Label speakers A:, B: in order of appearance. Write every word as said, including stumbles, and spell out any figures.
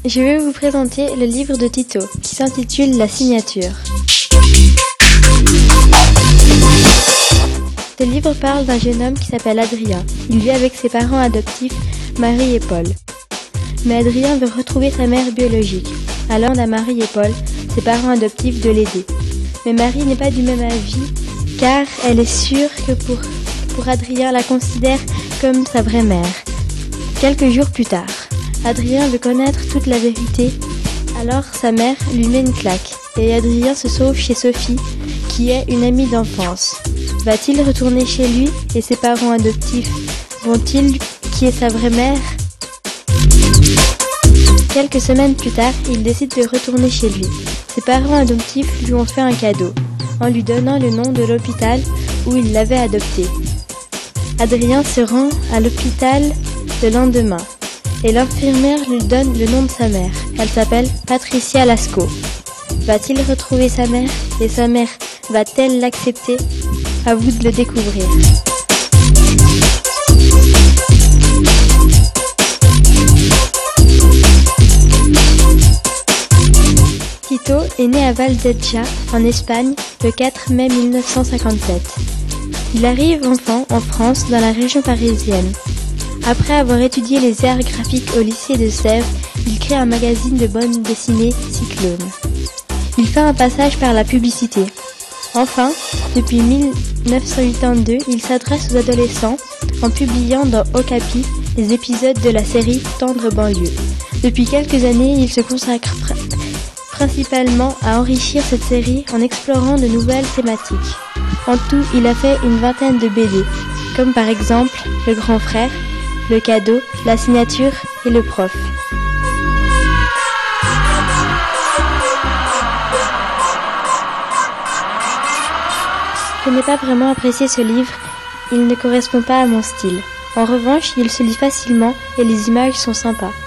A: Je vais vous présenter le livre de Tito, qui s'intitule La signature. Ce livre parle d'un jeune homme qui s'appelle Adrien. Il vit avec ses parents adoptifs, Marie et Paul. Mais Adrien veut retrouver sa mère biologique. Alors on a Marie et Paul, ses parents adoptifs, de l'aider. Mais Marie n'est pas du même avis, car elle est sûre que pour, pour Adrien la considère comme sa vraie mère. Quelques jours plus tard, Adrien veut connaître toute la vérité, alors sa mère lui met une claque, et Adrien se sauve chez Sophie, qui est une amie d'enfance. Va-t-il retourner chez lui et ses parents adoptifs vont-ils qui est sa vraie mère? Quelques semaines plus tard, il décide de retourner chez lui. Ses parents adoptifs lui ont fait un cadeau, en lui donnant le nom de l'hôpital où il l'avait adopté. Adrien se rend à l'hôpital le lendemain, et l'infirmière lui donne le nom de sa mère. Elle s'appelle Patricia Lascaux. Va-t-il retrouver sa mère et sa mère va-t-elle l'accepter? À vous de le découvrir. Tito est né à Valdecha, en Espagne, le quatre mai mille neuf cent cinquante-sept. Il arrive enfant en France, dans la région parisienne. Après avoir étudié les arts graphiques au lycée de Sèvres, il crée un magazine de bande dessinée, Cyclone. Il fait un passage par la publicité. Enfin, depuis mille neuf cent quatre-vingt-deux, il s'adresse aux adolescents en publiant dans Okapi les épisodes de la série Tendre banlieue. Depuis quelques années, il se consacre pr- principalement à enrichir cette série en explorant de nouvelles thématiques. En tout, il a fait une vingtaine de B D, comme par exemple Le Grand Frère, Le Cadeau, La Signature et Le Prof. Je n'ai pas vraiment apprécié ce livre, il ne correspond pas à mon style. En revanche, il se lit facilement et les images sont sympas.